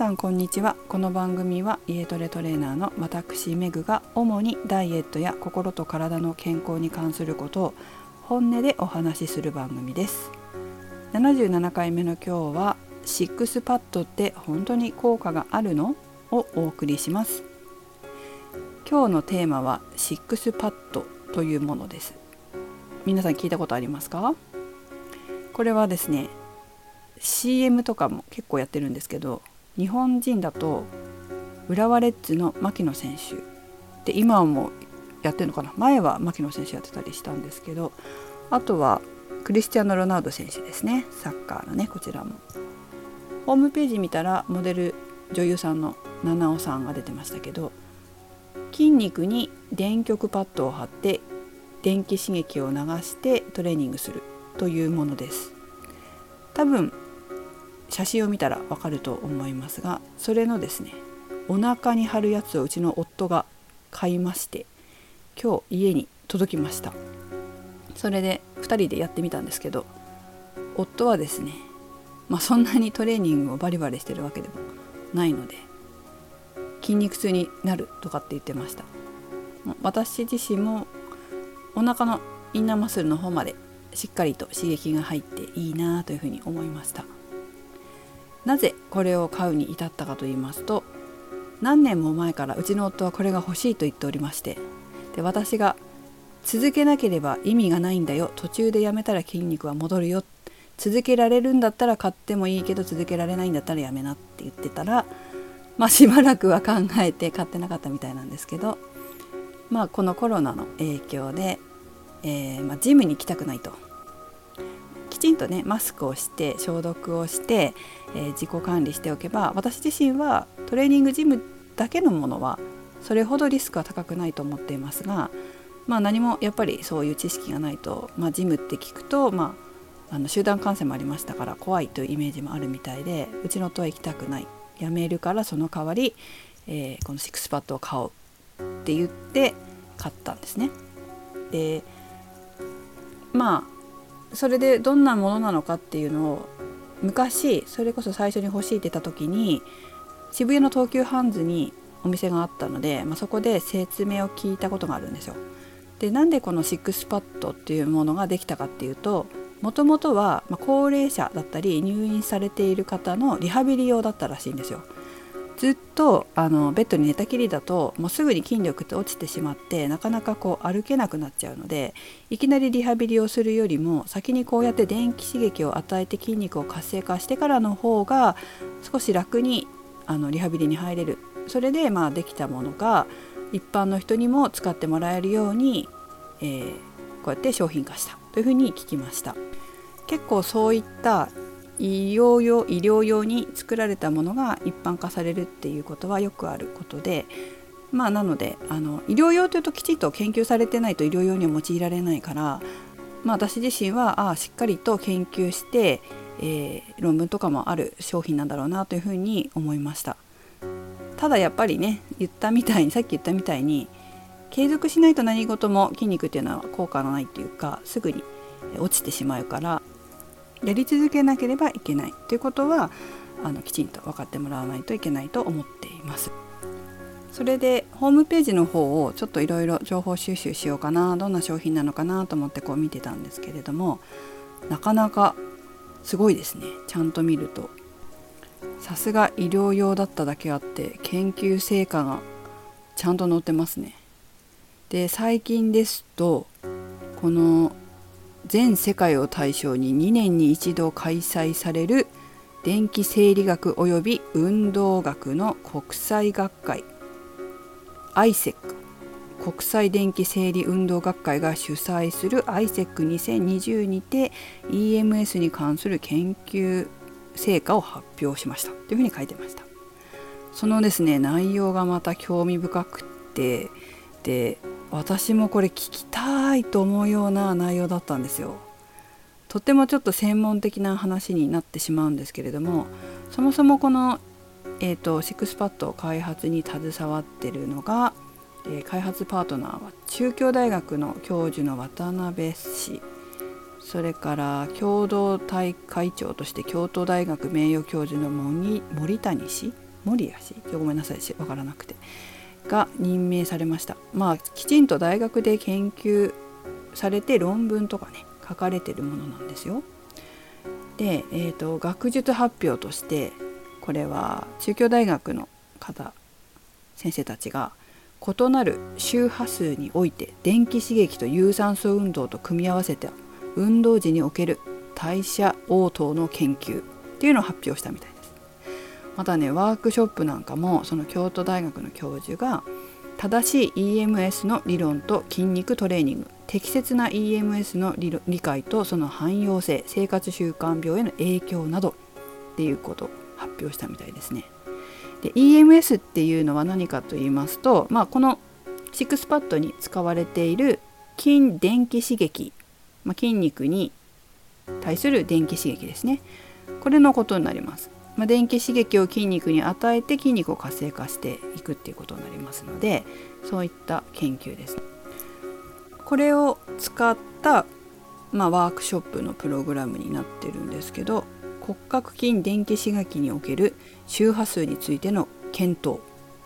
さんこんにちは。この番組は家トレトレーナーの私メグが主にダイエットや心と体の健康に関することを本音でお話しする番組です。77回目の今日はシックスパッドって本当に効果があるの？をお送りします。今日のテーマはシックスパッドというものです。皆さん聞いたことありますか？これはですね、CM とかも結構やってるんですけど、日本人だと浦和レッズの牧野選手で、今はもうやってるのかな、前は牧野選手やってたりしたんですけど、あとはクリスティアーノ・ロナウド選手ですね、サッカーのね。こちらもホームページ見たらモデル女優さんの七尾さんが出てましたけど、筋肉に電極パッドを貼って電気刺激を流してトレーニングするというものです。多分写真を見たらわかると思いますが、それのですね、お腹に貼るやつをうちの夫が買いまして、今日家に届きました。それで2人でやってみたんですけど、夫はですね、そんなにトレーニングをバリバリしてるわけでもないので筋肉痛になるとかって言ってました。私自身もお腹のインナーマッスルの方までしっかりと刺激が入っていいなというふうに思いました。なぜこれを買うに至ったかと言いますと、何年も前からうちの夫はこれが欲しいと言っておりまして、で私が続けなければ意味がないんだよ、途中でやめたら筋肉は戻るよ、続けられるんだったら買ってもいいけど続けられないんだったらやめなって言ってたら、しばらくは考えて買ってなかったみたいなんですけど、このコロナの影響で、ジムに行きたくないと、きちんとねマスクをして消毒をして、自己管理しておけば、私自身はトレーニングジムだけのものはそれほどリスクは高くないと思っていますが、何もやっぱりそういう知識がないと、ジムって聞くと、集団感染もありましたから怖いというイメージもあるみたいで、うちの夫は行きたくない、やめるからその代わり、このシックスパッドを買おうって言って買ったんですね。でそれでどんなものなのかっていうのを、昔それこそ最初に欲しいって言った時に渋谷の東急ハンズにお店があったので、そこで説明を聞いたことがあるんですよ。でなんでこのシックスパッドっていうものができたかっていうと、もともとは高齢者だったり入院されている方のリハビリ用だったらしいんですよ。ずっとベッドに寝たきりだともうすぐに筋力って落ちてしまって、なかなか歩けなくなっちゃうので、いきなりリハビリをするよりも先にこうやって電気刺激を与えて筋肉を活性化してからの方が少し楽にリハビリに入れる。それでできたものが一般の人にも使ってもらえるように、こうやって商品化したというふうに聞きました。結構そういった医療用に作られたものが一般化されるっていうことはよくあることで、なので医療用というときちんと研究されてないと医療用には用いられないから、私自身はしっかりと研究して、論文とかもある商品なんだろうなというふうに思いました。ただやっぱりね、さっき言ったみたいに継続しないと何事も筋肉っていうのは効果がないっていうか、すぐに落ちてしまうから、やり続けなければいけないということはきちんと分かってもらわないといけないと思っています。それでホームページの方をちょっといろいろ情報収集しようかな、どんな商品なのかなと思って見てたんですけれども、なかなかすごいですね。ちゃんと見るとさすが医療用だっただけあって研究成果がちゃんと載ってますね。で最近ですと、この全世界を対象に2年に一度開催される電気生理学および運動学の国際学会 ISEC、 国際電気生理運動学会が主催する ISEC2020 にて EMS に関する研究成果を発表しましたというふうに書いてました。そのですね、内容がまた興味深くて、で私もこれ聞きたいと思うような内容だったんですよ。とてもちょっと専門的な話になってしまうんですけれども、そもそもこの、シックスパッド開発に携わっているのが、開発パートナーは中京大学の教授の渡辺氏、それから共同会長として京都大学名誉教授の森谷氏森谷氏、ごめんなさいし分からなくてが任命されました。きちんと大学で研究されて論文とかね書かれてるものなんですよ。で、学術発表として、これは中京大学の先生たちが異なる周波数において電気刺激と有酸素運動と組み合わせた運動時における代謝応答の研究っていうのを発表したみたいです。またね、ワークショップなんかもその京都大学の教授が正しい EMS の理論と筋肉トレーニング、適切な EMS の理解とその汎用性、生活習慣病への影響などっていうことを発表したみたいですね。で EMS っていうのは何かと言いますと、このシックスパッドに使われている筋電気刺激、筋肉に対する電気刺激ですね。これのことになります。電気刺激を筋肉に与えて筋肉を活性化していくっていうことになりますので、そういった研究です。これを使った、ワークショップのプログラムになってるんですけど、骨格筋電気刺激における周波数についての検討、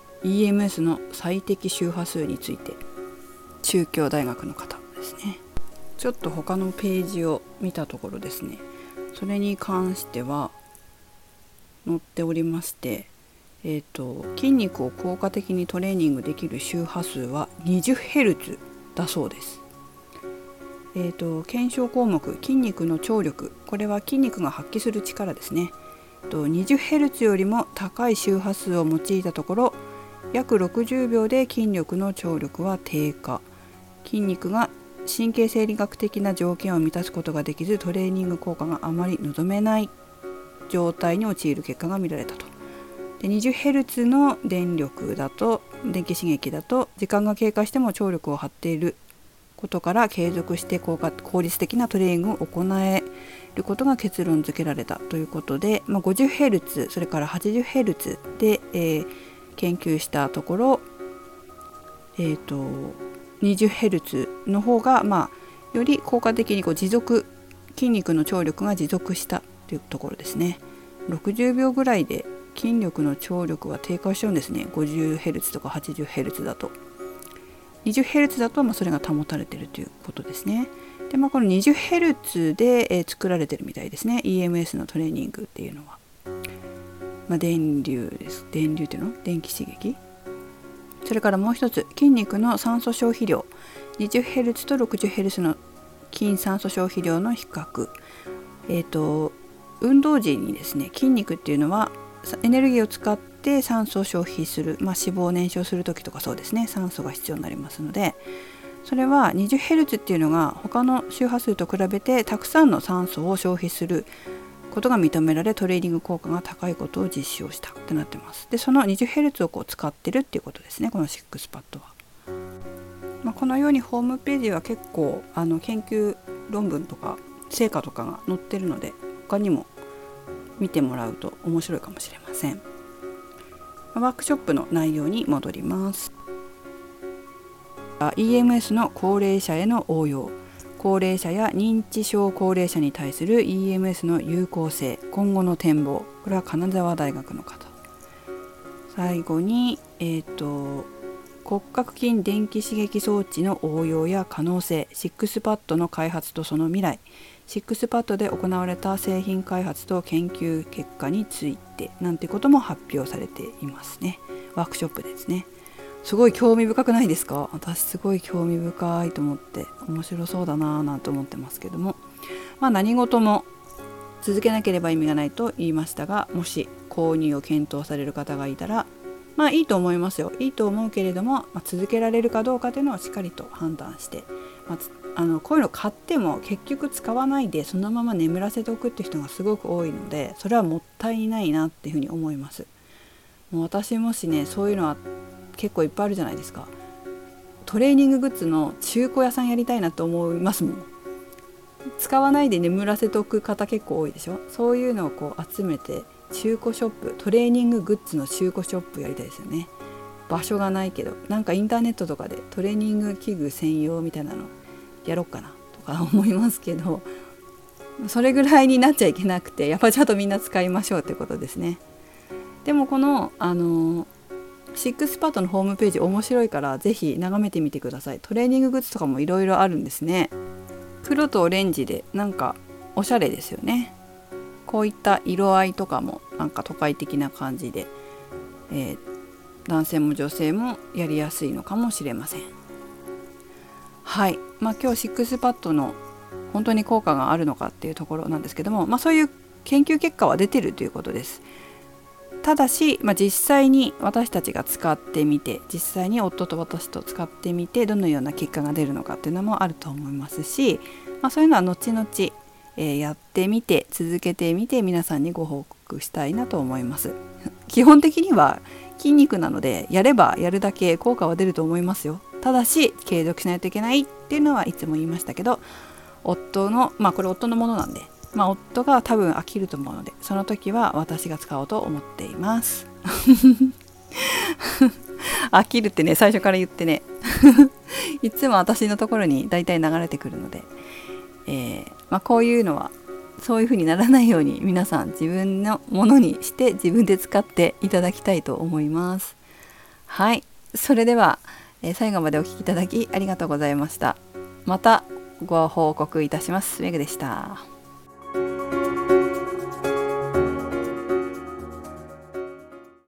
EMS の最適周波数について、中京大学の方ですね。ちょっと他のページを見たところですね、それに関しては載っておりまして、筋肉を効果的にトレーニングできる周波数は 20Hz だそうです。検証項目、筋肉の張力、これは筋肉が発揮する力ですね。20Hz よりも高い周波数を用いたところ、約60秒で筋力の張力は低下、筋肉が神経生理学的な条件を満たすことができず、トレーニング効果があまり望めない状態に陥る結果が見られたと。で 20Hz の電気刺激だと時間が経過しても張力を張っていることから、継続して効率的なトレーニングを行えることが結論付けられたということで、50Hz それから 80Hz で、研究したところ、20Hz の方が、より効果的に筋肉の張力が持続したというところですね。60秒ぐらいで筋力の張力は低下しちゃうんですね。 50Hz とか 80Hz だと。20Hz だとそれが保たれているということですね。で、この 20Hz で、作られているみたいですね。 EMS のトレーニングっていうのは、電流です。電流っていうの？電気刺激。それからもう一つ、筋肉の酸素消費量、 20Hz と 60Hz の筋酸素消費量の比較。運動時にですね、筋肉っていうのはエネルギーを使って酸素を消費する、脂肪を燃焼する時とかそうですね、酸素が必要になりますので、それは 20Hz っていうのが他の周波数と比べてたくさんの酸素を消費することが認められ、トレーニング効果が高いことを実証したってなってます。で、その 20Hz を使ってるっていうことですね、このシックスパッドは。このようにホームページは結構研究論文とか成果とかが載ってるので、他にも見てもらうと面白いかもしれません。ワークショップの内容に戻ります。EMS の高齢者への応用、高齢者や認知症高齢者に対する EMS の有効性、今後の展望。これは金沢大学の方。最後に、骨格筋電気刺激装置の応用や可能性、シックスパッドの開発とその未来、シックスパッドで行われた製品開発と研究結果についてなんてことも発表されていますね。ワークショップですね。すごい興味深くないですか？私すごい興味深いと思って面白そうだなぁなんて思ってますけども、何事も続けなければ意味がないと言いましたが、もし購入を検討される方がいたらいいと思いますよ。いいと思うけれども、続けられるかどうかというのをしっかりと判断して、こういうの買っても結局使わないでそのまま眠らせておくっていう人がすごく多いので、それはもったいないなっていうふうに思います。もう私もしね、そういうのは結構いっぱいあるじゃないですか。トレーニンググッズの中古屋さんやりたいなと思いますもん。使わないで眠らせておく方結構多いでしょ。そういうのを集めて中古ショップ、トレーニンググッズの中古ショップやりたいですよね。場所がないけど、インターネットとかでトレーニング器具専用みたいなのやろうかなとか思いますけど、それぐらいになっちゃいけなくて、やっぱちゃんとみんな使いましょうってことですね。 でもこのシックスパッドのホームページ面白いからぜひ眺めてみてください。トレーニンググッズとかもいろいろあるんですね。黒とオレンジでなんかおしゃれですよね。こういった色合いとかもなんか都会的な感じで、男性も女性もやりやすいのかもしれません。はい、今日シックスパッドの本当に効果があるのかっていうところなんですけども、そういう研究結果は出てるということです。ただし、実際に私たちが使ってみて、実際に夫と私と使ってみてどのような結果が出るのかっていうのもあると思いますし、そういうのは後々、やってみて続けてみて皆さんにご報告したいなと思います。基本的には筋肉なのでやればやるだけ効果は出ると思いますよ。ただし継続しないといけないっていうのはいつも言いましたけど、夫のこれ夫のものなんで、夫が多分飽きると思うので、その時は私が使おうと思っています飽きるってね、最初から言ってねいつも私のところにだいたい流れてくるので、こういうのはそういう風にならないように皆さん自分のものにして自分で使っていただきたいと思います。はい、それでは、最後までお聞きいただきありがとうございました。またご報告いたします。メグでした。